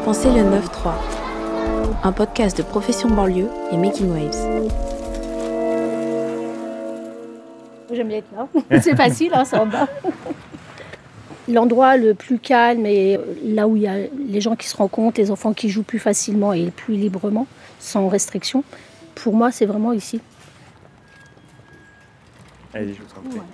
Pensez le 9-3, un podcast de Profession Banlieue et Making Waves. J'aime bien être là, c'est facile, hein, c'est en bas. L'endroit le plus calme et là où il y a les gens qui se rencontrent, les enfants qui jouent plus facilement et plus librement, sans restriction, pour moi c'est vraiment ici. Allez, je vous en prie.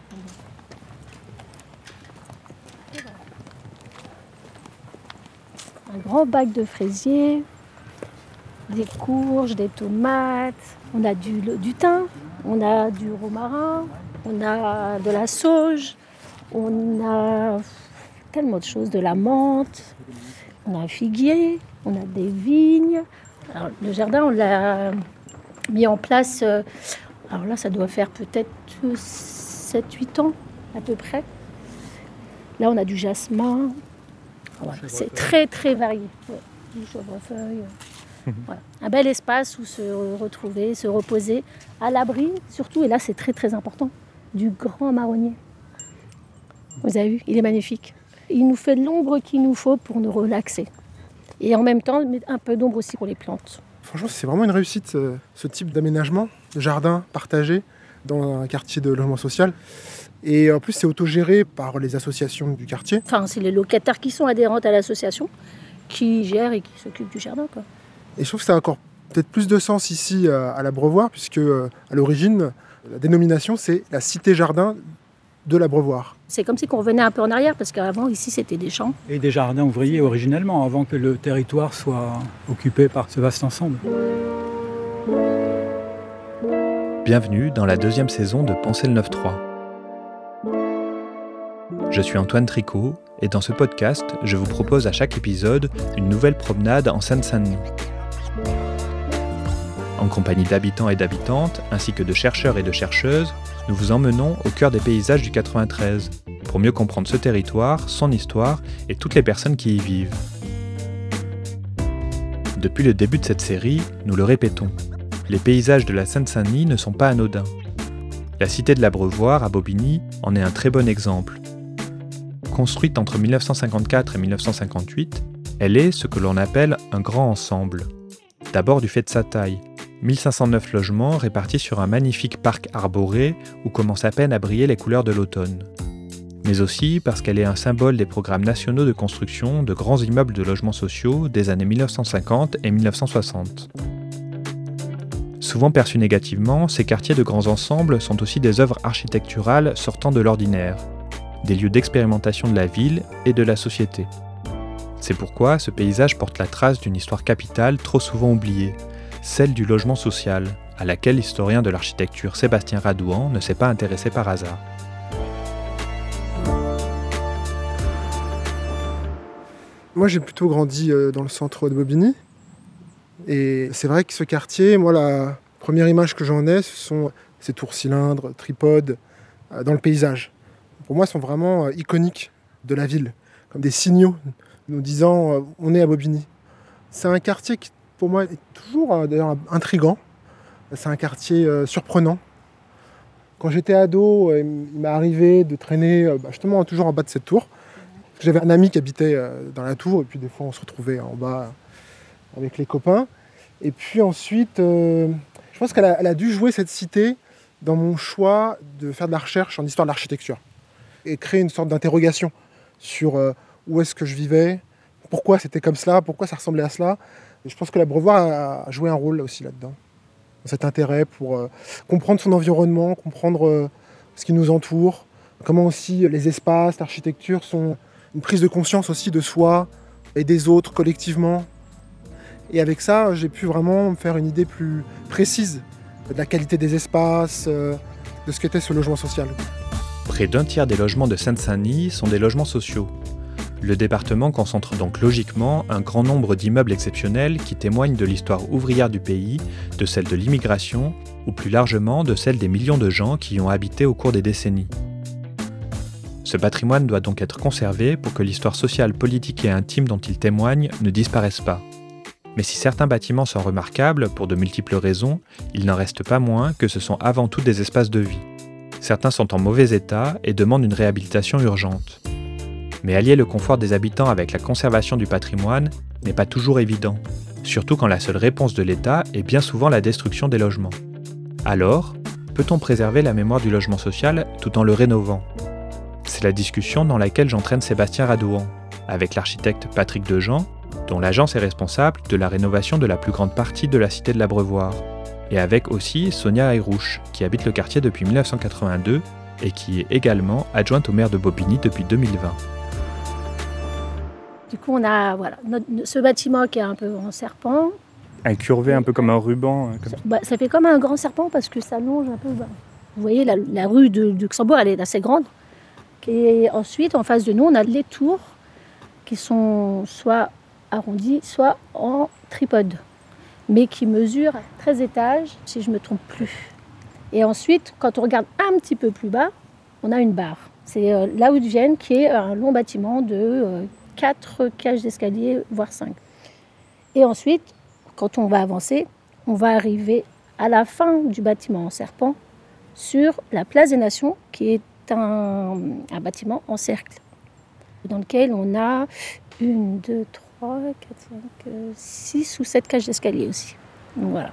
Un grand bac de fraisiers, des courges, des tomates, on a du thym, on a du romarin, on a de la sauge, on a tellement de choses, de la menthe, on a un figuier, on a des vignes. Alors, le jardin, on l'a mis en place, alors là ça doit faire peut-être 7-8 ans à peu près. Là on a du jasmin. Voilà, c'est très très varié. Ouais, du chèvrefeuille. Voilà. Un bel espace où se retrouver, se reposer, à l'abri surtout, et là c'est très très important, du grand marronnier. Vous avez vu, il est magnifique. Il nous fait l'ombre qu'il nous faut pour nous relaxer. Et en même temps, un peu d'ombre aussi pour les plantes. Franchement, c'est vraiment une réussite, ce type d'aménagement, de jardin partagé dans un quartier de logement social. Et en plus, c'est autogéré par les associations du quartier. Enfin, c'est les locataires qui sont adhérentes à l'association qui gèrent et qui s'occupent du jardin, quoi. Et je trouve que ça a encore peut-être plus de sens ici à l'Abreuvoir, puisque à l'origine, la dénomination, c'est la cité-jardin de l'Abreuvoir. C'est comme si on revenait un peu en arrière, parce qu'avant, ici, c'était des champs. Et des jardins ouvriers originellement, avant que le territoire soit occupé par ce vaste ensemble. Bienvenue dans la 2e saison de Pensez le 9-3. Je suis Antoine Tricot et dans ce podcast, je vous propose à chaque épisode une nouvelle promenade en Seine-Saint-Denis. En compagnie d'habitants et d'habitantes, ainsi que de chercheurs et de chercheuses, nous vous emmenons au cœur des paysages du 93 pour mieux comprendre ce territoire, son histoire et toutes les personnes qui y vivent. Depuis le début de cette série, nous le répétons, les paysages de la Seine-Saint-Denis ne sont pas anodins. La cité de l'Abreuvoir à Bobigny en est un très bon exemple. Construite entre 1954 et 1958, elle est ce que l'on appelle un grand ensemble. D'abord du fait de sa taille, 1509 logements répartis sur un magnifique parc arboré où commencent à peine à briller les couleurs de l'automne. Mais aussi parce qu'elle est un symbole des programmes nationaux de construction de grands immeubles de logements sociaux des années 1950 et 1960. Souvent perçus négativement, ces quartiers de grands ensembles sont aussi des œuvres architecturales sortant de l'ordinaire, des lieux d'expérimentation de la ville et de la société. C'est pourquoi ce paysage porte la trace d'une histoire capitale trop souvent oubliée, celle du logement social, à laquelle l'historien de l'architecture Sébastien Radouan ne s'est pas intéressé par hasard. Moi, j'ai plutôt grandi dans le centre de Bobigny. Et c'est vrai que ce quartier, moi, la première image que j'en ai, ce sont ces tours cylindres, tripodes, dans le paysage. Pour moi, sont vraiment iconiques de la ville, comme des signaux nous disant on est à Bobigny. C'est un quartier qui, pour moi, est toujours d'ailleurs intriguant. C'est un quartier surprenant. Quand j'étais ado, il m'est arrivé de traîner justement toujours en bas de cette tour. J'avais un ami qui habitait dans la tour, et puis des fois on se retrouvait en bas avec les copains. Et puis ensuite, je pense qu'elle a dû jouer cette cité dans mon choix de faire de la recherche en histoire de l'architecture. Et créer une sorte d'interrogation sur où est-ce que je vivais, pourquoi c'était comme cela, pourquoi ça ressemblait à cela. Et je pense que l'Abreuvoir a joué un rôle aussi là-dedans. Cet intérêt pour comprendre son environnement, comprendre ce qui nous entoure, comment aussi les espaces, l'architecture sont une prise de conscience aussi de soi et des autres collectivement. Et avec ça, j'ai pu vraiment me faire une idée plus précise de la qualité des espaces, de ce qu'était ce logement social. Près d'un tiers des logements de Seine-Saint-Denis sont des logements sociaux. Le département concentre donc logiquement un grand nombre d'immeubles exceptionnels qui témoignent de l'histoire ouvrière du pays, de celle de l'immigration, ou plus largement de celle des millions de gens qui y ont habité au cours des décennies. Ce patrimoine doit donc être conservé pour que l'histoire sociale, politique et intime dont il témoigne ne disparaisse pas. Mais si certains bâtiments sont remarquables pour de multiples raisons, il n'en reste pas moins que ce sont avant tout des espaces de vie. Certains sont en mauvais état et demandent une réhabilitation urgente. Mais allier le confort des habitants avec la conservation du patrimoine n'est pas toujours évident, surtout quand la seule réponse de l'État est bien souvent la destruction des logements. Alors, peut-on préserver la mémoire du logement social tout en le rénovant ? C'est la discussion dans laquelle j'entraîne Sébastien Radouan, avec l'architecte Patrick Dejean, dont l'agence est responsable de la rénovation de la plus grande partie de la cité de l'Abreuvoir, et avec aussi Sonia Ayrouche, qui habite le quartier depuis 1982 et qui est également adjointe au maire de Bobigny depuis 2020. Du coup, on a ce bâtiment qui est un peu en serpent. Incurvé, un peu comme un ruban. Ça fait comme un grand serpent parce que ça longe un peu. Vous voyez, la rue du Luxembourg, elle est assez grande. Et ensuite, en face de nous, on a les tours qui sont soit arrondies, soit en tripode, mais qui mesurent 13 étages, si je ne me trompe plus. Et ensuite, quand on regarde un petit peu plus bas, on a une barre. C'est la Haute Vienne, qui est un long bâtiment de 4 cages d'escalier, voire 5. Et ensuite, quand on va avancer, on va arriver à la fin du bâtiment en serpent sur la Place des Nations, qui est un bâtiment en cercle, dans lequel on a 1, 2, 3, 4, 5, 6 ou 7 cages d'escalier aussi. Donc voilà.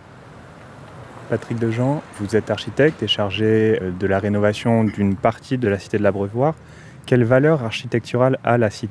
Patrick Dejean, vous êtes architecte et chargé de la rénovation d'une partie de la cité de l'Abreuvoir. Quelle valeur architecturale a la cité ?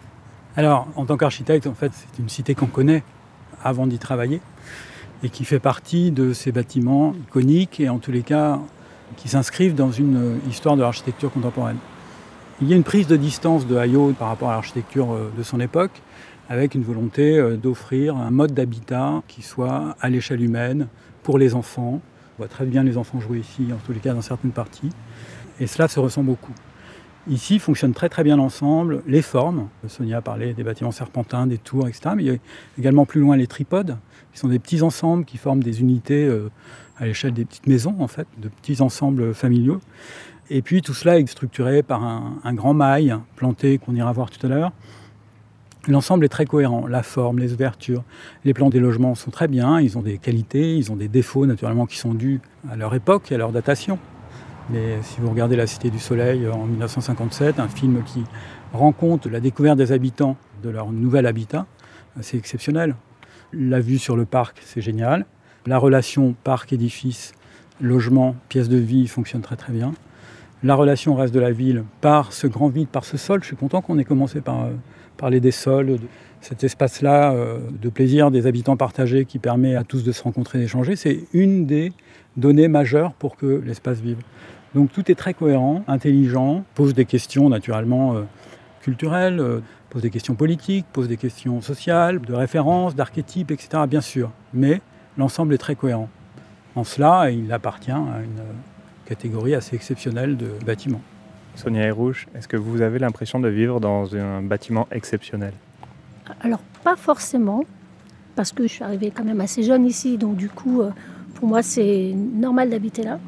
Alors, en tant qu'architecte, en fait, c'est une cité qu'on connaît avant d'y travailler et qui fait partie de ces bâtiments iconiques et en tous les cas qui s'inscrivent dans une histoire de l'architecture contemporaine. Il y a une prise de distance de Hayot par rapport à l'architecture de son époque, avec une volonté d'offrir un mode d'habitat qui soit à l'échelle humaine, pour les enfants. On voit très bien les enfants jouer ici, en tous les cas dans certaines parties. Et cela se ressent beaucoup. Ici fonctionne très très bien l'ensemble, les formes. Sonia a parlé des bâtiments serpentins, des tours, etc. Mais il y a également plus loin les tripodes, qui sont des petits ensembles qui forment des unités à l'échelle des petites maisons, en fait, de petits ensembles familiaux. Et puis tout cela est structuré par un grand mail planté qu'on ira voir tout à l'heure. L'ensemble est très cohérent, la forme, les ouvertures, les plans des logements sont très bien, ils ont des qualités, ils ont des défauts naturellement qui sont dus à leur époque et à leur datation. Mais si vous regardez La Cité du Soleil en 1957, un film qui rend compte de la découverte des habitants de leur nouvel habitat, c'est exceptionnel. La vue sur le parc, c'est génial. La relation parc-édifice, logement, pièce de vie fonctionne très très bien. La relation au reste de la ville par ce grand vide, par ce sol, je suis content qu'on ait commencé par parler des sols, de cet espace-là de plaisir des habitants partagés qui permet à tous de se rencontrer et d'échanger. C'est une des données majeures pour que l'espace vive. Donc tout est très cohérent, intelligent, pose des questions naturellement culturelles, pose des questions politiques, pose des questions sociales, de références, d'archétypes, etc. bien sûr. Mais l'ensemble est très cohérent. En cela, il appartient à une catégorie assez exceptionnelle de bâtiments. Sonia Ayrouche, est-ce que vous avez l'impression de vivre dans un bâtiment exceptionnel ? Alors, pas forcément, parce que je suis arrivée quand même assez jeune ici, donc du coup, pour moi, c'est normal d'habiter là.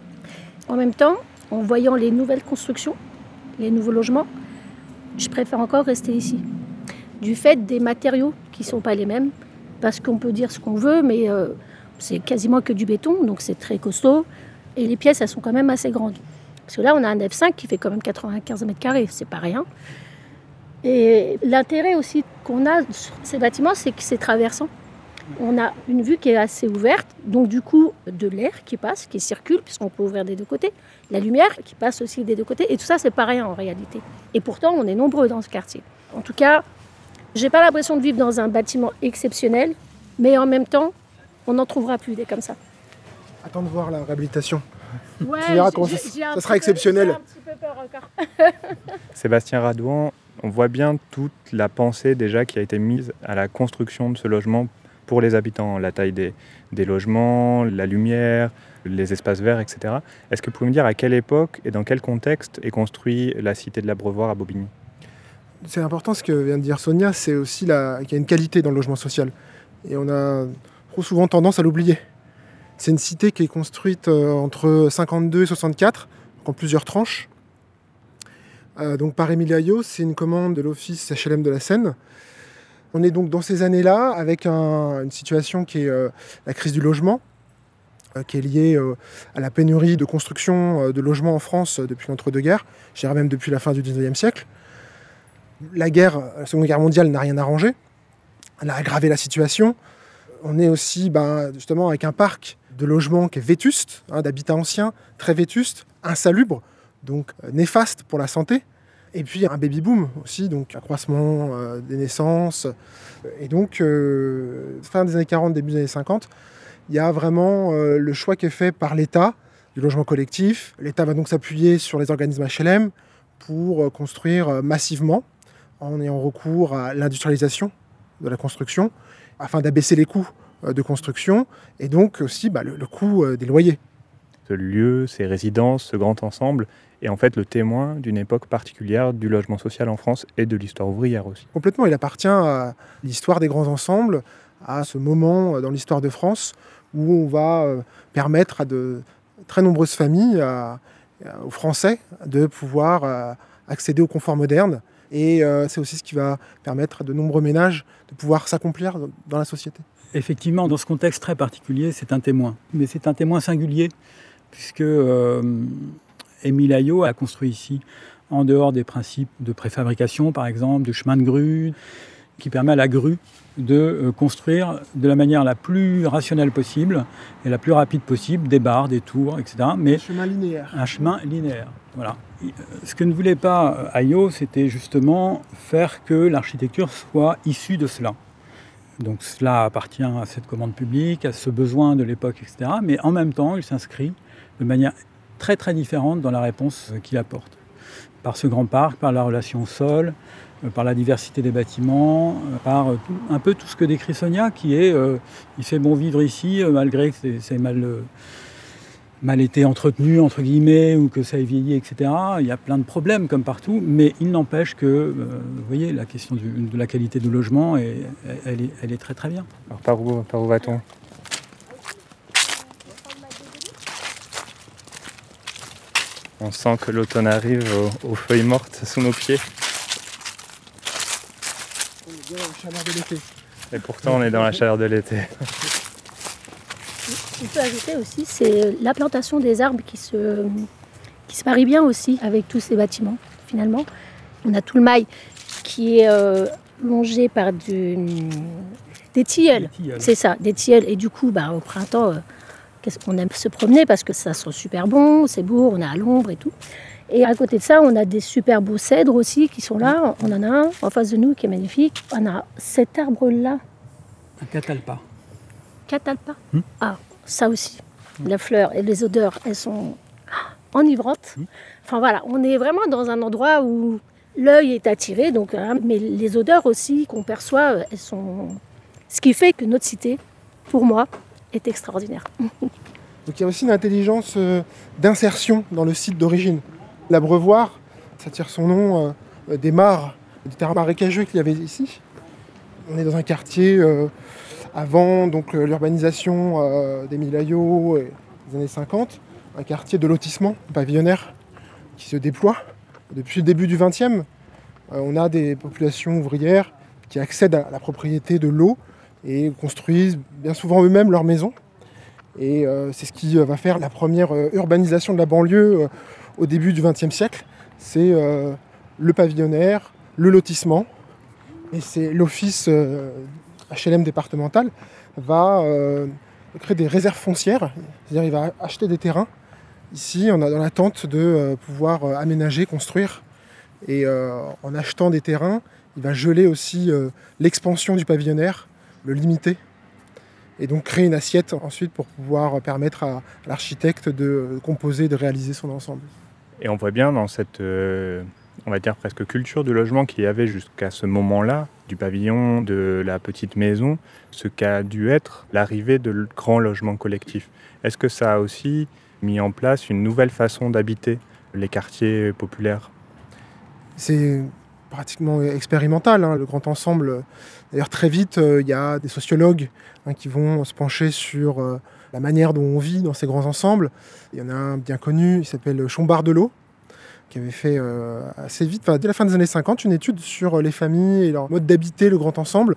En même temps, en voyant les nouvelles constructions, les nouveaux logements, je préfère encore rester ici. Du fait des matériaux qui ne sont pas les mêmes, parce qu'on peut dire ce qu'on veut, mais c'est quasiment que du béton, donc c'est très costaud, et les pièces, elles sont quand même assez grandes. Parce que là, on a un F5 qui fait quand même 95 mètres carrés, c'est pas rien. Et l'intérêt aussi qu'on a sur ces bâtiments, c'est que c'est traversant. On a une vue qui est assez ouverte, donc du coup, de l'air qui passe, qui circule, puisqu'on peut ouvrir des deux côtés. La lumière qui passe aussi des deux côtés. Et tout ça, c'est pas rien en réalité. Et pourtant, on est nombreux dans ce quartier. En tout cas, j'ai pas l'impression de vivre dans un bâtiment exceptionnel, mais en même temps, on n'en trouvera plus des comme ça. Attends de voir la réhabilitation. Ouais, tu verras comment ça sera exceptionnel. J'ai un petit peu peur encore. Sébastien Radouan, on voit bien toute la pensée déjà qui a été mise à la construction de ce logement pour les habitants, la taille des logements, la lumière, les espaces verts, etc. Est-ce que vous pouvez me dire à quelle époque et dans quel contexte est construite la cité de l'Abreuvoir à Bobigny ? C'est important ce que vient de dire Sonia, c'est aussi qu'il y a une qualité dans le logement social. Et on a trop souvent tendance à l'oublier. C'est une cité qui est construite entre 52 et 64, en plusieurs tranches. Donc par Émile Hayot, c'est une commande de l'Office HLM de la Seine. On est donc dans ces années-là avec une situation qui est la crise du logement, qui est liée à la pénurie de construction de logements en France depuis l'entre-deux-guerres, je dirais même depuis la fin du 19e siècle. La Seconde Guerre mondiale n'a rien arrangé. Elle a aggravé la situation. On est aussi justement avec un parc de logements qui est vétuste, d'habitat ancien, très vétuste, insalubre, donc néfaste pour la santé. Et puis un baby-boom aussi, donc accroissement des naissances. Et donc, fin des années 40, début des années 50, il y a vraiment le choix qui est fait par l'État du logement collectif. L'État va donc s'appuyer sur les organismes HLM pour construire massivement, en ayant recours à l'industrialisation de la construction, afin d'abaisser les coûts de construction et donc aussi le coût des loyers. Ce lieu, ces résidences, ce grand ensemble est en fait le témoin d'une époque particulière du logement social en France et de l'histoire ouvrière aussi. Complètement, il appartient à l'histoire des grands ensembles, à ce moment dans l'histoire de France où on va permettre à de très nombreuses familles, aux Français, de pouvoir accéder au confort moderne. Et c'est aussi ce qui va permettre à de nombreux ménages de pouvoir s'accomplir dans la société. Effectivement, dans ce contexte très particulier, c'est un témoin. Mais c'est un témoin singulier, puisque Émile Aillaud a construit ici, en dehors des principes de préfabrication, par exemple, de chemin de grue, qui permet à la grue de construire de la manière la plus rationnelle possible et la plus rapide possible, des barres, des tours, etc. Mais un chemin linéaire. Un chemin linéaire, voilà. Ce que ne voulait pas Aillaud, c'était justement faire que l'architecture soit issue de cela. Donc cela appartient à cette commande publique, à ce besoin de l'époque, etc. Mais en même temps, il s'inscrit de manière très très différente dans la réponse qu'il apporte. Par ce grand parc, par la relation au sol, par la diversité des bâtiments, par un peu tout ce que décrit Sonia, qui est il fait bon vivre ici, malgré que c'est mal été entretenu, entre guillemets, ou que ça ait vieilli, etc. Il y a plein de problèmes comme partout, mais il n'empêche que, vous voyez, la question de la qualité du logement, elle est très très bien. Alors par où va-t-on ? On sent que l'automne arrive aux feuilles mortes sous nos pieds. On est bien dans la chaleur de l'été. Et pourtant, on est dans la chaleur de l'été. Ce qu'on peut ajouter aussi, c'est la plantation des arbres qui se marie bien aussi avec tous ces bâtiments, finalement. On a tout le mail qui est longé par des tilleuls. C'est ça, des tilleuls. Et du coup, au printemps, on aime se promener parce que ça sent super bon, c'est beau, on est à l'ombre et tout. Et à côté de ça, on a des super beaux cèdres aussi qui sont là. On en a un en face de nous qui est magnifique. On a cet arbre-là. Un catalpa. Catalpa. Ah, ça aussi. La fleur et les odeurs, elles sont enivrantes. Enfin voilà, on est vraiment dans un endroit où l'œil est attiré. Donc, mais les odeurs aussi qu'on perçoit, elles sont... Ce qui fait que notre cité, pour moi, est extraordinaire. Donc il y a aussi une intelligence d'insertion dans le site d'origine. L'Abreuvoir, ça tire son nom des mares, des terrains marécageux qu'il y avait ici. On est dans un quartier avant donc, l'urbanisation d'Émile Aillaud et des années 50, un quartier de lotissement pavillonnaire qui se déploie. Depuis le début du XXe, on a des populations ouvrières qui accèdent à la propriété de l'eau et construisent bien souvent eux-mêmes leurs maisons. Et c'est ce qui va faire la première urbanisation de la banlieue au début du XXe siècle. C'est le pavillonnaire, le lotissement. Et c'est l'office HLM départemental va créer des réserves foncières. C'est-à-dire il va acheter des terrains. Ici, on a dans l'attente de pouvoir aménager, construire. Et en achetant des terrains, il va geler aussi l'expansion du pavillonnaire, le limiter. Et donc créer une assiette ensuite pour pouvoir permettre à l'architecte de composer, de réaliser son ensemble. Et on voit bien dans cette, on va dire presque culture du logement qu'il y avait jusqu'à ce moment-là, du pavillon, de la petite maison, ce qu'a dû être l'arrivée de grands logements collectifs. Est-ce que ça a aussi mis en place une nouvelle façon d'habiter les quartiers populaires ? C'est pratiquement expérimental, le grand ensemble. D'ailleurs, très vite, il y a des sociologues qui vont se pencher sur la manière dont on vit dans ces grands ensembles. Il y en a un bien connu, il s'appelle Chombar-Delot, qui avait fait assez vite, dès la fin des années 50, une étude sur les familles et leur mode d'habiter le grand ensemble.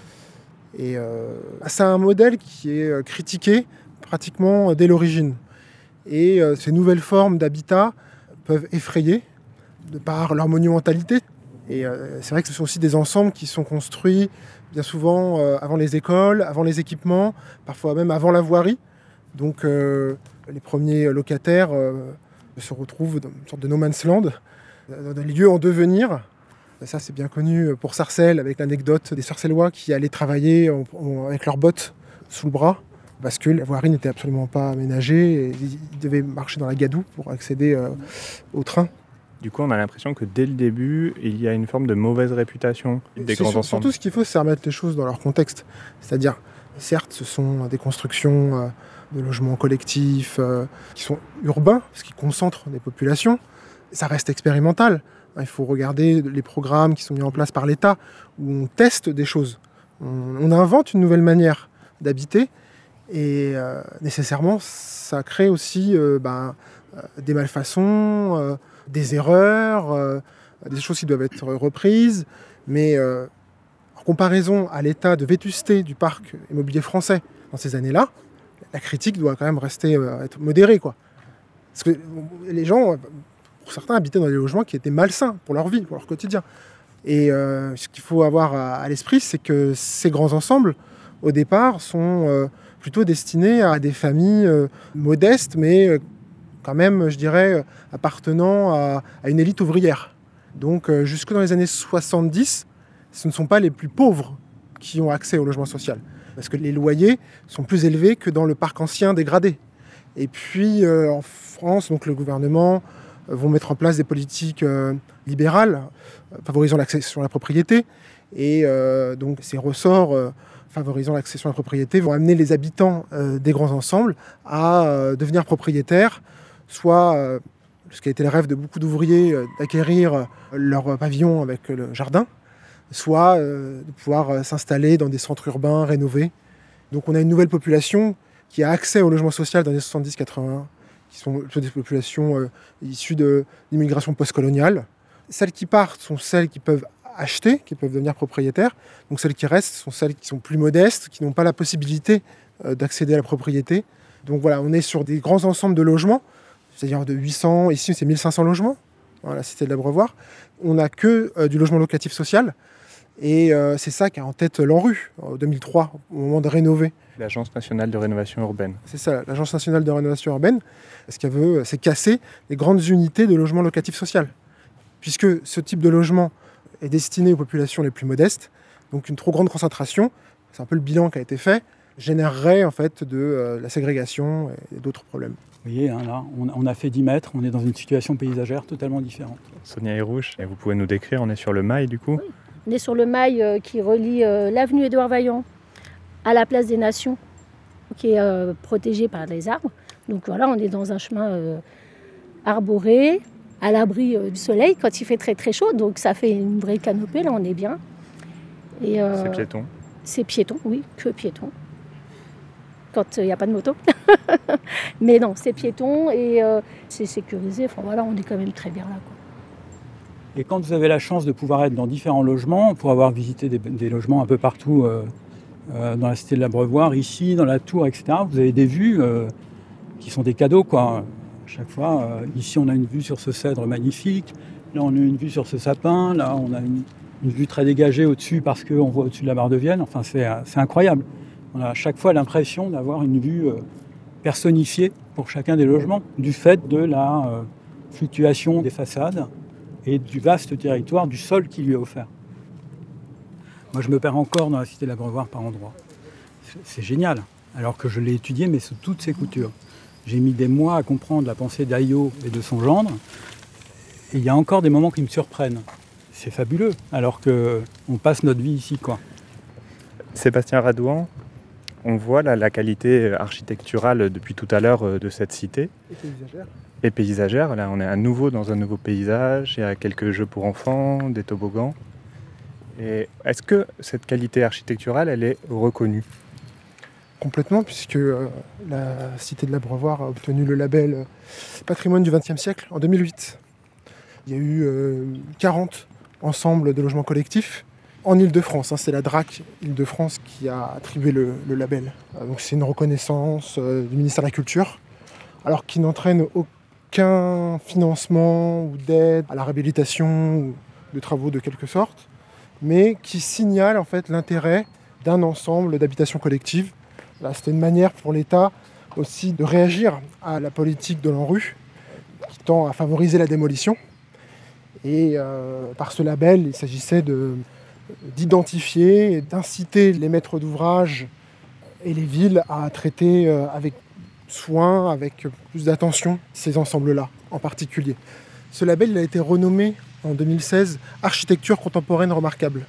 Et c'est un modèle qui est critiqué pratiquement dès l'origine. Et ces nouvelles formes d'habitat peuvent effrayer de par leur monumentalité. Et c'est vrai que ce sont aussi des ensembles qui sont construits bien souvent avant les écoles, avant les équipements, parfois même avant la voirie. Donc les premiers locataires se retrouvent dans une sorte de no man's land, dans des lieux en devenir. Ça, c'est bien connu pour Sarcelles, avec l'anecdote des Sarcellois qui allaient travailler avec leurs bottes sous le bras, parce que la voirie n'était absolument pas aménagée, et ils devaient marcher dans la gadoue pour accéder au train. Du coup, on a l'impression que dès le début, il y a une forme de mauvaise réputation des grands ensembles. Surtout, ce qu'il faut, c'est remettre les choses dans leur contexte. C'est-à-dire, certes, ce sont des constructions de logements collectifs qui sont urbains, parce qu'ils concentrent des populations. Ça reste expérimental. Il faut regarder les programmes qui sont mis en place par l'État, où on teste des choses. On invente une nouvelle manière d'habiter, et nécessairement, ça crée aussi des malfaçons, des erreurs, des choses qui doivent être reprises. Mais en comparaison à l'état de vétusté du parc immobilier français dans ces années-là, la critique doit quand même rester être modérée, quoi. Parce que les gens, pour certains, habitaient dans des logements qui étaient malsains pour leur vie, pour leur quotidien. Et ce qu'il faut avoir à l'esprit, c'est que ces grands ensembles, au départ, sont plutôt destinés à des familles modestes, mais quand même, je dirais, appartenant à une élite ouvrière. Donc, jusque dans les années 70, ce ne sont pas les plus pauvres qui ont accès au logement social. Parce que les loyers sont plus élevés que dans le parc ancien dégradé. Et puis, en France, donc, le gouvernement vont mettre en place des politiques libérales, favorisant l'accession à la propriété. Et donc, ces ressorts favorisant l'accession à la propriété vont amener les habitants des grands ensembles à devenir propriétaires, soit ce qui a été le rêve de beaucoup d'ouvriers, d'acquérir leur pavillon avec le jardin, soit de pouvoir s'installer dans des centres urbains rénovés. Donc on a une nouvelle population qui a accès au logement social dans les 70-80, qui sont plutôt des populations issues de l'immigration postcoloniale. Celles qui partent sont celles qui peuvent acheter, qui peuvent devenir propriétaires. Donc celles qui restent sont celles qui sont plus modestes, qui n'ont pas la possibilité d'accéder à la propriété. Donc voilà, on est sur des grands ensembles de logements, c'est-à-dire de 800, ici c'est 1500 logements, dans la cité de l'Abreuvoir. On n'a que du logement locatif social, et c'est ça qui a en tête l'ANRU, en 2003, au moment de rénover. L'Agence nationale de rénovation urbaine. C'est ça, l'Agence nationale de rénovation urbaine. Ce qu'elle veut, c'est casser les grandes unités de logement locatif social, puisque ce type de logement est destiné aux populations les plus modestes, donc une trop grande concentration, c'est un peu le bilan qui a été fait, générerait en fait de la ségrégation et d'autres problèmes. Vous voyez, là, on a fait 10 mètres, on est dans une situation paysagère totalement différente. Sonia Hérouche, et vous pouvez nous décrire, on est sur le Mail du coup ? Oui. On est sur le Mail qui relie l'avenue Édouard Vaillant à la place des Nations, qui est protégée par les arbres. Donc voilà, on est dans un chemin arboré, à l'abri du soleil quand il fait très très chaud. Donc ça fait une vraie canopée, là on est bien. Et, c'est piéton ? C'est piéton, oui, que piéton. Quand il n'y a pas de moto. Mais non, c'est piéton et c'est sécurisé. Enfin voilà, on est quand même très bien là, quoi. Et quand vous avez la chance de pouvoir être dans différents logements, pour avoir visité des logements un peu partout dans la cité de l'Abreuvoir, ici, dans la tour, etc., vous avez des vues qui sont des cadeaux, quoi. Chaque fois, ici on a une vue sur ce cèdre magnifique, là on a une vue sur ce sapin, là on a une vue très dégagée au-dessus parce qu'on voit au-dessus de la barre de Vienne. Enfin, c'est incroyable. On a à chaque fois l'impression d'avoir une vue personnifiée pour chacun des logements, du fait de la fluctuation des façades et du vaste territoire du sol qui lui est offert. Moi, je me perds encore dans la cité de l'Abreuvoir par endroits. C'est génial, alors que je l'ai étudié, mais sous toutes ses coutures. J'ai mis des mois à comprendre la pensée d'Aillot et de son gendre, et il y a encore des moments qui me surprennent. C'est fabuleux, alors qu'on passe notre vie ici, quoi. Sébastien Radouan, on voit là, la qualité architecturale depuis tout à l'heure de cette cité. Et paysagère. Là, on est à nouveau dans un nouveau paysage. Il y a quelques jeux pour enfants, des toboggans. Et est-ce que cette qualité architecturale, elle est reconnue ? Complètement, puisque la cité de l'Abreuvoir a obtenu le label patrimoine du XXe siècle en 2008. Il y a eu 40 ensembles de logements collectifs en Île-de-France. C'est la DRAC Île-de-France qui a attribué le label. Donc c'est une reconnaissance du ministère de la Culture, alors qui n'entraîne aucun financement ou d'aide à la réhabilitation de travaux de quelque sorte, mais qui signale en fait l'intérêt d'un ensemble d'habitations collectives. Là, c'était une manière pour l'État aussi de réagir à la politique de l'ANRU, qui tend à favoriser la démolition. Et par ce label, il s'agissait d'identifier et d'inciter les maîtres d'ouvrage et les villes à traiter avec soin, avec plus d'attention, ces ensembles-là en particulier. Ce label il a été renommé en 2016 Architecture contemporaine remarquable,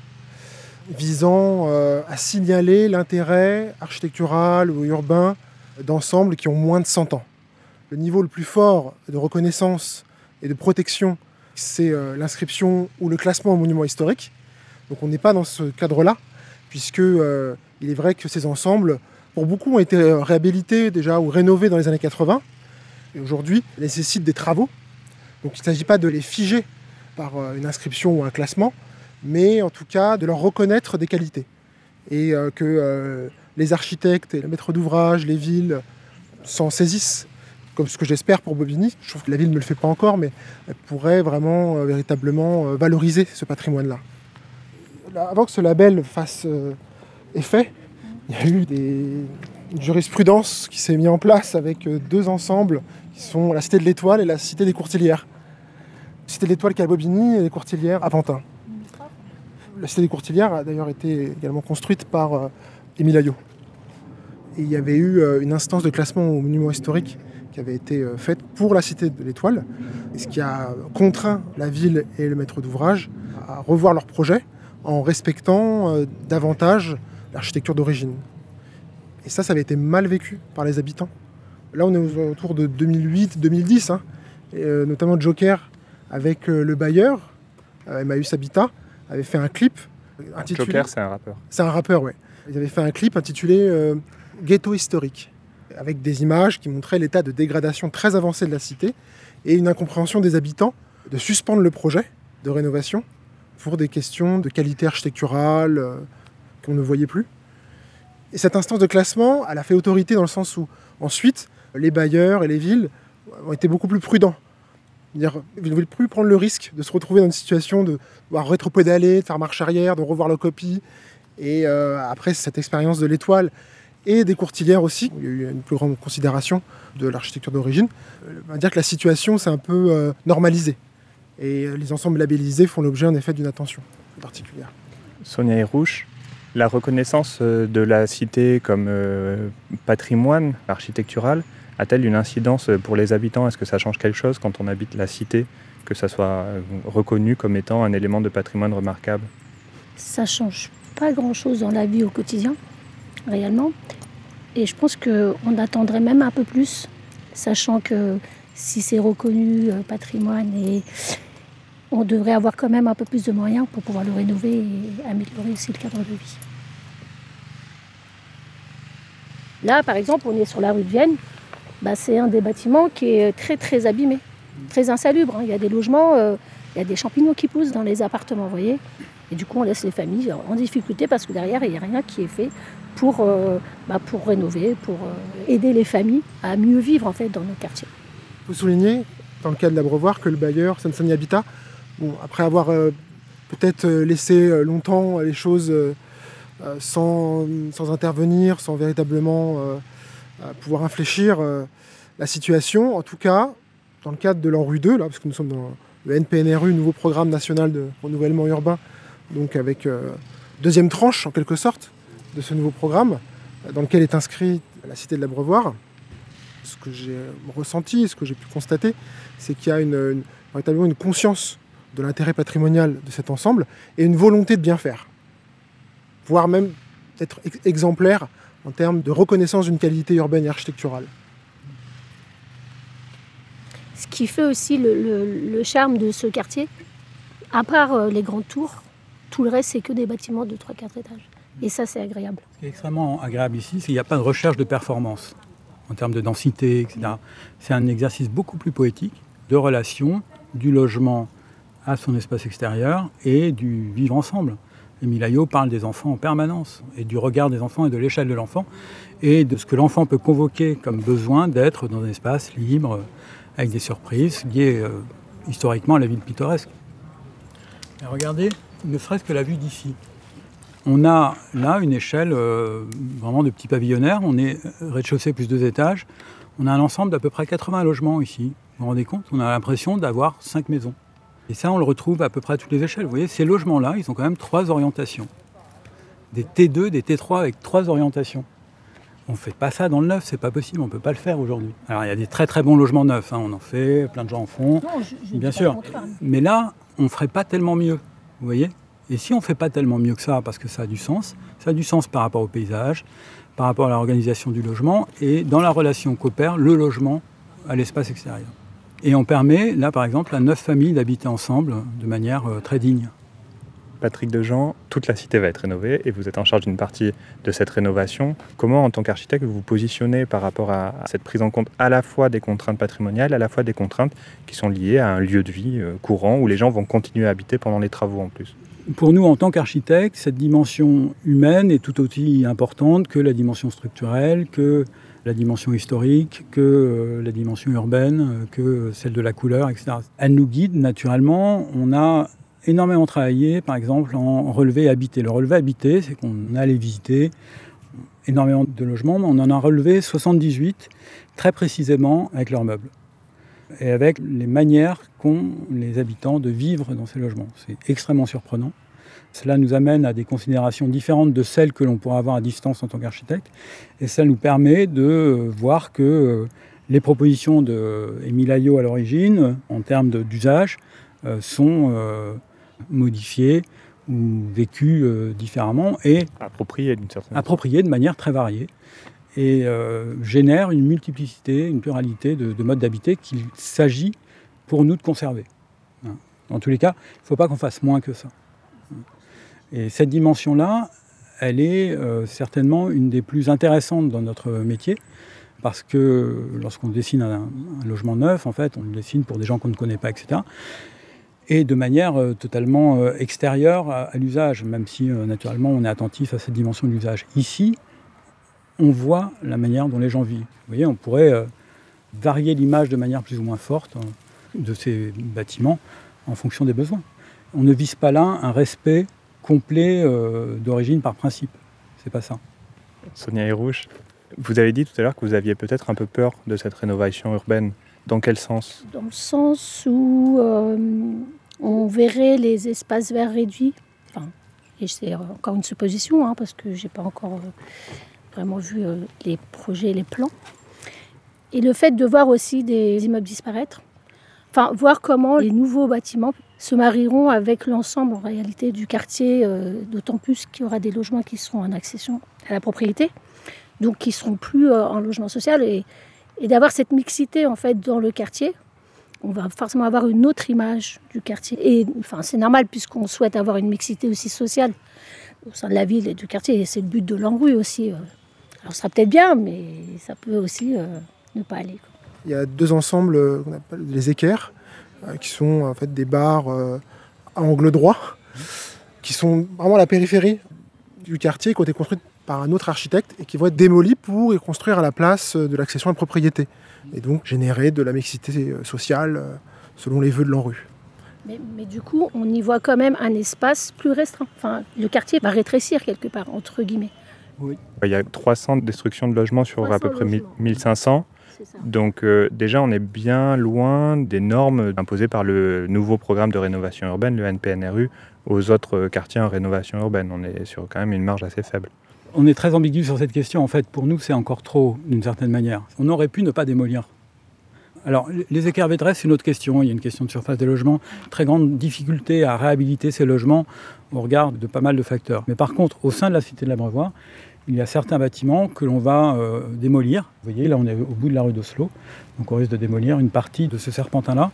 visant à signaler l'intérêt architectural ou urbain d'ensembles qui ont moins de 100 ans. Le niveau le plus fort de reconnaissance et de protection, c'est l'inscription ou le classement au monument historique. Donc on n'est pas dans ce cadre-là, puisque il est vrai que ces ensembles, pour beaucoup, ont été réhabilités déjà ou rénovés dans les années 80, et aujourd'hui nécessitent des travaux. Donc il ne s'agit pas de les figer par une inscription ou un classement, mais en tout cas de leur reconnaître des qualités. Et que les architectes, et les maîtres d'ouvrage, les villes s'en saisissent, comme ce que j'espère pour Bobigny. Je trouve que la ville ne le fait pas encore, mais elle pourrait vraiment, véritablement valoriser ce patrimoine-là. Avant que ce label fasse effet, il y a eu une jurisprudence qui s'est mise en place avec deux ensembles qui sont la Cité de l'Étoile et la Cité des Courtilières. La Cité de l'Étoile qui est à Bobigny et les Courtilières à Pantin. La Cité des Courtilières a d'ailleurs été également construite par Émile Aillot. Et il y avait eu une instance de classement au monument historique qui avait été faite pour la Cité de l'Étoile, ce qui a contraint la ville et le maître d'ouvrage à revoir leur projet en respectant davantage l'architecture d'origine. Et ça avait été mal vécu par les habitants. Là, on est autour de 2008-2010, notamment Joker, avec le bailleur, Emmaüs Habitat, avait fait un clip intitulé... Joker, c'est un rappeur. C'est un rappeur, oui. Ils avaient fait un clip intitulé Ghetto historique, avec des images qui montraient l'état de dégradation très avancé de la cité et une incompréhension des habitants de suspendre le projet de rénovation pour des questions de qualité architecturale qu'on ne voyait plus. Et cette instance de classement, elle a fait autorité dans le sens où, ensuite, les bailleurs et les villes ont été beaucoup plus prudents. C'est-à-dire, ils ne voulaient plus prendre le risque de se retrouver dans une situation de devoir rétropédaler, de faire marche arrière, de revoir la copie. Et après cette expérience de l'Étoile et des Courtilières aussi, où il y a eu une plus grande considération de l'architecture d'origine, on va dire que la situation s'est un peu normalisée. Et les ensembles labellisés font l'objet en effet d'une attention particulière. Sonia Hérouche, la reconnaissance de la cité comme patrimoine architectural a-t-elle une incidence pour les habitants ? Est-ce que ça change quelque chose quand on habite la cité, que ça soit reconnu comme étant un élément de patrimoine remarquable ? Ça change pas grand-chose dans la vie au quotidien, réellement. Et je pense qu'on attendrait même un peu plus, sachant que si c'est reconnu patrimoine, et on devrait avoir quand même un peu plus de moyens pour pouvoir le rénover et améliorer aussi le cadre de vie. Là, par exemple, on est sur la rue de Vienne. C'est un des bâtiments qui est très très abîmé, très insalubre. Il y a des logements, il y a des champignons qui poussent dans les appartements, vous voyez. Et du coup, on laisse les familles en difficulté parce que derrière, il n'y a rien qui est fait pour rénover, pour aider les familles à mieux vivre en fait dans nos quartiers. Il faut souligner, dans le cas de l'Abreuvoir, que le bailleur Seine-Saint-Denis Habitat, après avoir peut-être laissé longtemps les choses sans intervenir, sans véritablement pouvoir infléchir la situation, en tout cas, dans le cadre de l'ANRU 2, là, parce que nous sommes dans le NPNRU, nouveau programme national de renouvellement urbain, donc avec deuxième tranche en quelque sorte de ce nouveau programme, dans lequel est inscrit la cité de l'Abreuvoir. Ce que j'ai ressenti, ce que j'ai pu constater, c'est qu'il y a véritablement une conscience de l'intérêt patrimonial de cet ensemble et une volonté de bien faire, voire même d'être exemplaire en termes de reconnaissance d'une qualité urbaine et architecturale. Ce qui fait aussi le charme de ce quartier, à part les grandes tours, tout le reste c'est que des bâtiments de 3-4 étages. Et ça c'est agréable. Ce qui est extrêmement agréable ici, c'est qu'il n'y a pas de recherche de performance en termes de densité, etc. C'est un exercice beaucoup plus poétique de relation du logement à son espace extérieur et du vivre ensemble. Émile Aillot parle des enfants en permanence, et du regard des enfants et de l'échelle de l'enfant, et de ce que l'enfant peut convoquer comme besoin d'être dans un espace libre, avec des surprises liées historiquement à la ville pittoresque. Et regardez, ne serait-ce que la vue d'ici. On a là une échelle vraiment de petit pavillonnaire. On est rez-de-chaussée plus 2 étages. On a un ensemble d'à peu près 80 logements ici. Vous vous rendez compte ? On a l'impression d'avoir 5 maisons. Et ça, on le retrouve à peu près à toutes les échelles. Vous voyez, ces logements-là, ils ont quand même 3 orientations. Des T2, des T3 avec 3 orientations. On ne fait pas ça dans le neuf, c'est pas possible, on ne peut pas le faire aujourd'hui. Alors il y a des très très bons logements neufs, on en fait, plein de gens en font, Non, je bien dis sûr. pas le contraire. Mais là, on ne ferait pas tellement mieux, vous voyez ? Et si on ne fait pas tellement mieux que ça, parce que ça a du sens par rapport au paysage, par rapport à l'organisation du logement, et dans la relation qu'opère le logement à l'espace extérieur. Et on permet, là par exemple, à 9 familles d'habiter ensemble de manière très digne. Patrick Dejean, toute la cité va être rénovée et vous êtes en charge d'une partie de cette rénovation. Comment, en tant qu'architecte, vous vous positionnez par rapport à cette prise en compte à la fois des contraintes patrimoniales, à la fois des contraintes qui sont liées à un lieu de vie courant où les gens vont continuer à habiter pendant les travaux en plus ? Pour nous, en tant qu'architectes, cette dimension humaine est tout aussi importante que la dimension structurelle, que la dimension historique, que la dimension urbaine, que celle de la couleur, etc. Elle nous guide naturellement. On a énormément travaillé, par exemple, en relevé habité. Le relevé habité, c'est qu'on allait visiter énormément de logements, mais on en a relevé 78, très précisément avec leurs meubles. Et avec les manières qu'ont les habitants de vivre dans ces logements. C'est extrêmement surprenant. Cela nous amène à des considérations différentes de celles que l'on pourra avoir à distance en tant qu'architecte. Et ça nous permet de voir que les propositions d'Émile Aillot à l'origine, en termes d'usage, sont modifiées ou vécues différemment et appropriées d'une certaine façon. Appropriées de manière très variée. Et génère une multiplicité, une pluralité de modes d'habiter qu'il s'agit pour nous de conserver. En tous les cas, il ne faut pas qu'on fasse moins que ça. Et cette dimension-là, elle est certainement une des plus intéressantes dans notre métier, parce que lorsqu'on dessine un logement neuf, en fait, on le dessine pour des gens qu'on ne connaît pas, etc. Et de manière totalement extérieure à l'usage, même si naturellement on est attentif à cette dimension de l'usage. Ici, on voit la manière dont les gens vivent. Vous voyez, on pourrait varier l'image de manière plus ou moins forte de ces bâtiments en fonction des besoins. On ne vise pas là un respect complet d'origine par principe. C'est pas ça. Sonia Hérouche, vous avez dit tout à l'heure que vous aviez peut-être un peu peur de cette rénovation urbaine. Dans quel sens ? Dans le sens où on verrait les espaces verts réduits. Enfin, et c'est encore une supposition, parce que je n'ai pas encore vraiment vu les projets, les plans. Et le fait de voir aussi des immeubles disparaître, enfin, voir comment les nouveaux bâtiments se marieront avec l'ensemble en réalité du quartier, d'autant plus qu'il y aura des logements qui seront en accession à la propriété, donc qui ne seront plus en logement social. Et d'avoir cette mixité en fait dans le quartier, on va forcément avoir une autre image du quartier. Et enfin, c'est normal puisqu'on souhaite avoir une mixité aussi sociale au sein de la ville et du quartier. Et c'est le but de l'ANRU aussi. Alors ça sera peut-être bien, mais ça peut aussi ne pas aller. Il y a 2 ensembles qu'on appelle les équerres, qui sont en fait des bars à angle droit, qui sont vraiment à la périphérie du quartier, qui ont été construites par un autre architecte et qui vont être démolis pour y construire à la place de l'accession à la propriété. Et donc générer de la mixité sociale selon les vœux de l'ANRU. Mais du coup, on y voit quand même un espace plus restreint. Enfin, le quartier va rétrécir quelque part, entre guillemets. Oui. Il y a 300 destructions de logements sur à peu près 1500. Donc déjà, on est bien loin des normes imposées par le nouveau programme de rénovation urbaine, le NPNRU, aux autres quartiers en rénovation urbaine. On est sur quand même une marge assez faible. On est très ambigu sur cette question. En fait, pour nous, c'est encore trop, d'une certaine manière. On aurait pu ne pas démolir. Alors, les équerres vétrées, c'est une autre question. Il y a une question de surface des logements. Très grande difficulté à réhabiliter ces logements au regard de pas mal de facteurs. Mais par contre, au sein de la cité de l'Abreuvoir, il y a certains bâtiments que l'on va démolir. Vous voyez, là, on est au bout de la rue d'Oslo. Donc, on risque de démolir une partie de ce serpentin-là.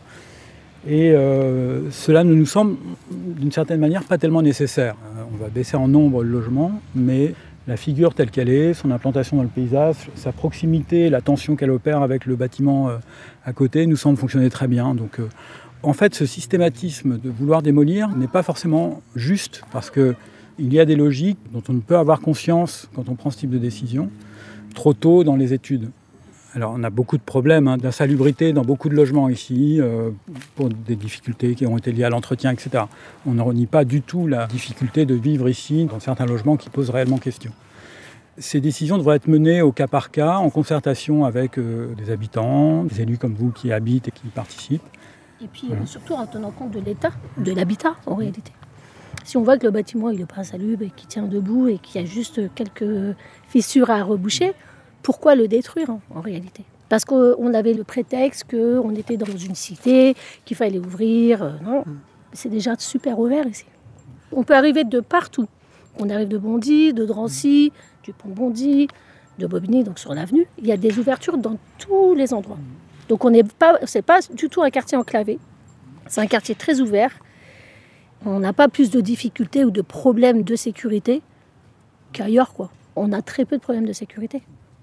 Et cela ne nous semble, d'une certaine manière, pas tellement nécessaire. On va baisser en nombre le logement, mais la figure telle qu'elle est, son implantation dans le paysage, sa proximité, la tension qu'elle opère avec le bâtiment à côté, nous semble fonctionner très bien. Donc, en fait, ce systématisme de vouloir démolir n'est pas forcément juste, parce qu'il y a des logiques dont on ne peut avoir conscience quand on prend ce type de décision trop tôt dans les études. Alors, on a beaucoup de problèmes d'insalubrité dans beaucoup de logements ici, pour des difficultés qui ont été liées à l'entretien, etc. On ne renie pas du tout la difficulté de vivre ici dans certains logements qui posent réellement question. Ces décisions devraient être menées au cas par cas, en concertation avec des habitants, des élus comme vous qui habitent et qui participent. Et puis surtout en tenant compte de l'état, de l'habitat en réalité. Si on voit que le bâtiment il n'est pas insalubre et qu'il tient debout et qu'il y a juste quelques fissures à reboucher, pourquoi le détruire en réalité ? Parce qu'on avait le prétexte qu'on était dans une cité, qu'il fallait ouvrir. Non, c'est déjà super ouvert ici. On peut arriver de partout. On arrive de Bondy, de Drancy, du pont Bondy, de Bobigny, donc sur l'avenue. Il y a des ouvertures dans tous les endroits. Donc c'est pas du tout un quartier enclavé. C'est un quartier très ouvert. On n'a pas plus de difficultés ou de problèmes de sécurité qu'ailleurs, quoi. On a très peu de problèmes de sécurité.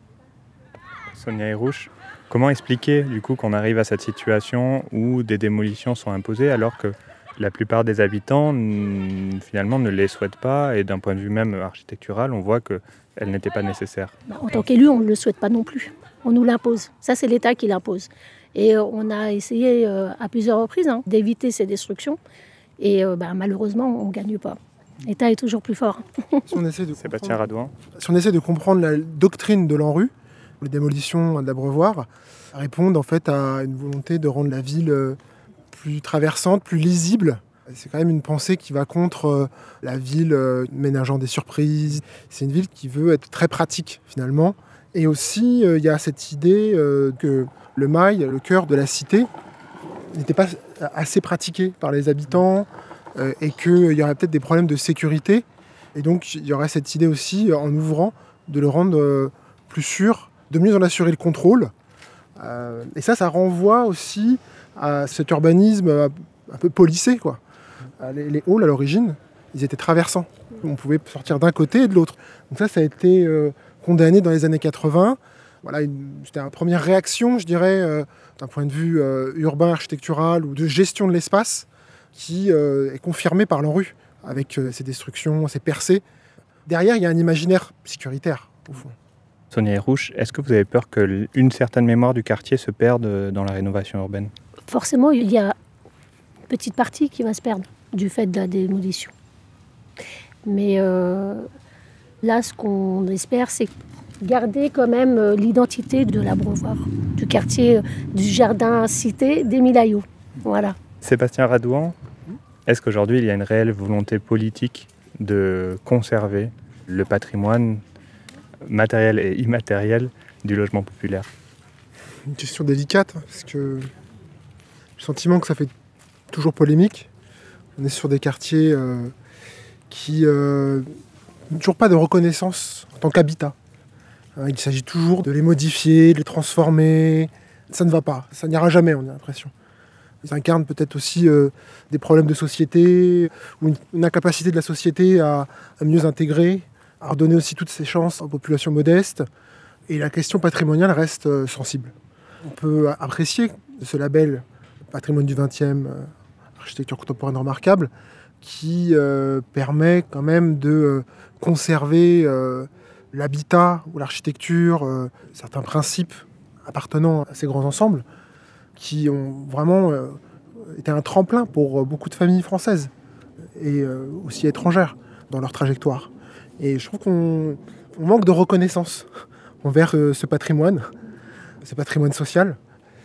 Sonia Hérouche, comment expliquer du coup qu'on arrive à cette situation où des démolitions sont imposées alors que la plupart des habitants finalement ne les souhaitent pas et d'un point de vue même architectural, on voit qu'elles n'étaient pas nécessaires. En tant qu'élu, on ne le souhaite pas non plus. On nous l'impose. Ça, c'est l'État qui l'impose. Et on a essayé à plusieurs reprises d'éviter ces destructions. Et malheureusement, on ne gagne pas. L'État est toujours plus fort. Sébastien Radouin. Si on essaie de comprendre la doctrine de l'ANRU, les démolitions de l'Abreuvoir répondent en fait à une volonté de rendre la ville plus traversante, plus lisible. C'est quand même une pensée qui va contre la ville ménageant des surprises. C'est une ville qui veut être très pratique finalement. Et aussi, il y a cette idée que le mail, le cœur de la cité, n'était pas assez pratiqué par les habitants et qu'il y aurait peut-être des problèmes de sécurité. Et donc, il y aurait cette idée aussi, en ouvrant, de le rendre plus sûr, de mieux en assurer le contrôle. Et ça renvoie aussi à cet urbanisme un peu policé, quoi. Les halls, à l'origine, ils étaient traversants. On pouvait sortir d'un côté et de l'autre. Donc ça a été condamné dans les années 80. Voilà, c'était une première réaction, je dirais, d'un point de vue urbain, architectural ou de gestion de l'espace, qui est confirmée par l'ANRU, avec ses destructions, ses percées. Derrière, il y a un imaginaire sécuritaire, au fond. Sonia Hérouche, est-ce que vous avez peur qu'une certaine mémoire du quartier se perde dans la rénovation urbaine ? Forcément, il y a une petite partie qui va se perdre du fait de la démolition. Mais là, ce qu'on espère, c'est garder quand même l'identité de l'Abreuvoir, du quartier du jardin cité d'Émile Ayoult. Voilà. Sébastien Radouan, est-ce qu'aujourd'hui il y a une réelle volonté politique de conserver le patrimoine matériel et immatériel du logement populaire ? Une question délicate, parce que j'ai le sentiment que ça fait toujours polémique. On est sur des quartiers qui n'ont toujours pas de reconnaissance en tant qu'habitat. Il s'agit toujours de les modifier, de les transformer. Ça ne va pas, ça n'ira jamais, on a l'impression. Ils incarnent peut-être aussi des problèmes de société, ou une incapacité de la société à mieux intégrer, à redonner aussi toutes ses chances aux populations modestes. Et la question patrimoniale reste sensible. On peut apprécier ce label patrimoine du XXe, architecture contemporaine remarquable, qui permet quand même de conserver l'habitat ou l'architecture, certains principes appartenant à ces grands ensembles, qui ont vraiment été un tremplin pour beaucoup de familles françaises et aussi étrangères dans leur trajectoire. Et je trouve qu'on manque de reconnaissance envers ce patrimoine social,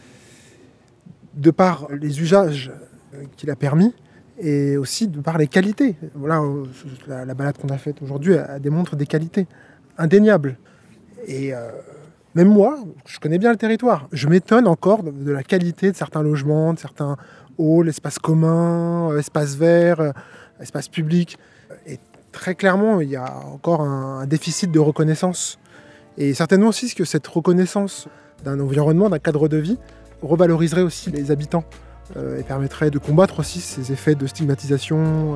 de par les usages qu'il a permis et aussi de par les qualités. Voilà, la balade qu'on a faite aujourd'hui, elle démontre des qualités indéniables. Et même moi, je connais bien le territoire. Je m'étonne encore de la qualité de certains logements, de certains halls, espaces communs, espaces verts, espaces publics. Et très clairement, il y a encore un déficit de reconnaissance. Et certainement aussi que cette reconnaissance d'un environnement, d'un cadre de vie, revaloriserait aussi les habitants et permettrait de combattre aussi ces effets de stigmatisation.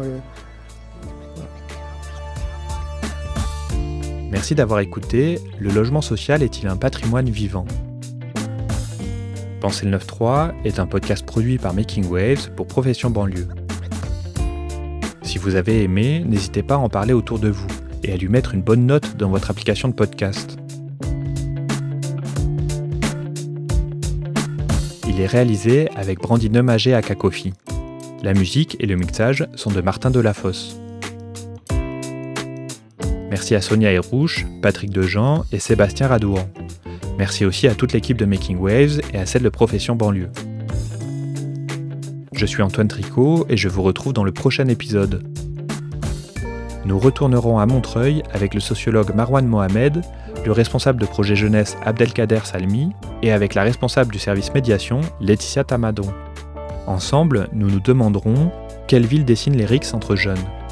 Merci d'avoir écouté. Le logement social est-il un patrimoine vivant ? Pensez le 9.3 est un podcast produit par Making Waves pour Profession Banlieue. Si vous avez aimé, n'hésitez pas à en parler autour de vous et à lui mettre une bonne note dans votre application de podcast. Il est réalisé avec Brandine Nemagé à Cacophie. La musique et le mixage sont de Martin Delafosse. Merci à Sonia Hérouche, Patrick Dejean et Sébastien Radouan. Merci aussi à toute l'équipe de Making Waves et à celle de Profession Banlieue. Je suis Antoine Tricot et je vous retrouve dans le prochain épisode. Nous retournerons à Montreuil avec le sociologue Marwan Mohamed, le responsable de projet jeunesse Abdelkader Salmi et avec la responsable du service médiation Laetitia Tamadon. Ensemble, nous nous demanderons quelle ville dessine les rixes entre jeunes.